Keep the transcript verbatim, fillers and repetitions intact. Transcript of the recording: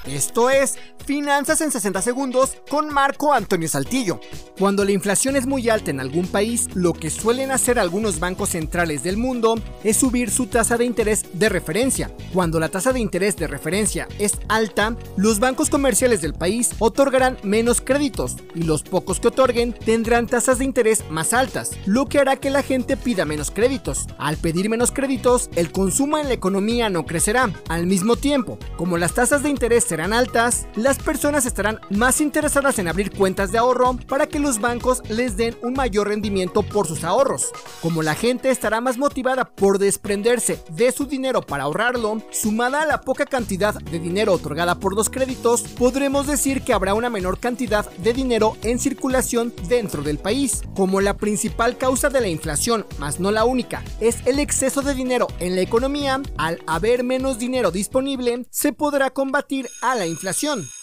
Esto es Finanzas en sesenta segundos con Marco Antonio Saltillo. Cuando la inflación es muy alta en algún país, lo que suelen hacer algunos bancos centrales del mundo es subir su tasa de interés de referencia. Cuando la tasa de interés de referencia es alta, los bancos comerciales del país otorgarán menos créditos y los pocos que otorguen tendrán tasas de interés más altas, lo que hará que la gente pida menos créditos. Al pedir menos créditos, el consumo en la economía no crecerá. Al mismo tiempo, como las tasas de interés serán altas, las personas estarán más interesadas en abrir cuentas de ahorro para que los bancos les den un mayor rendimiento por sus ahorros. Como la gente estará más motivada por desprenderse de su dinero para ahorrarlo, sumada a la poca cantidad de dinero otorgada por los créditos, podremos decir que habrá una menor cantidad de dinero en circulación dentro del país. Como la principal causa de la inflación, más no la única, es el exceso de dinero en la economía, al haber menos dinero disponible, se podrá combatir a la inflación.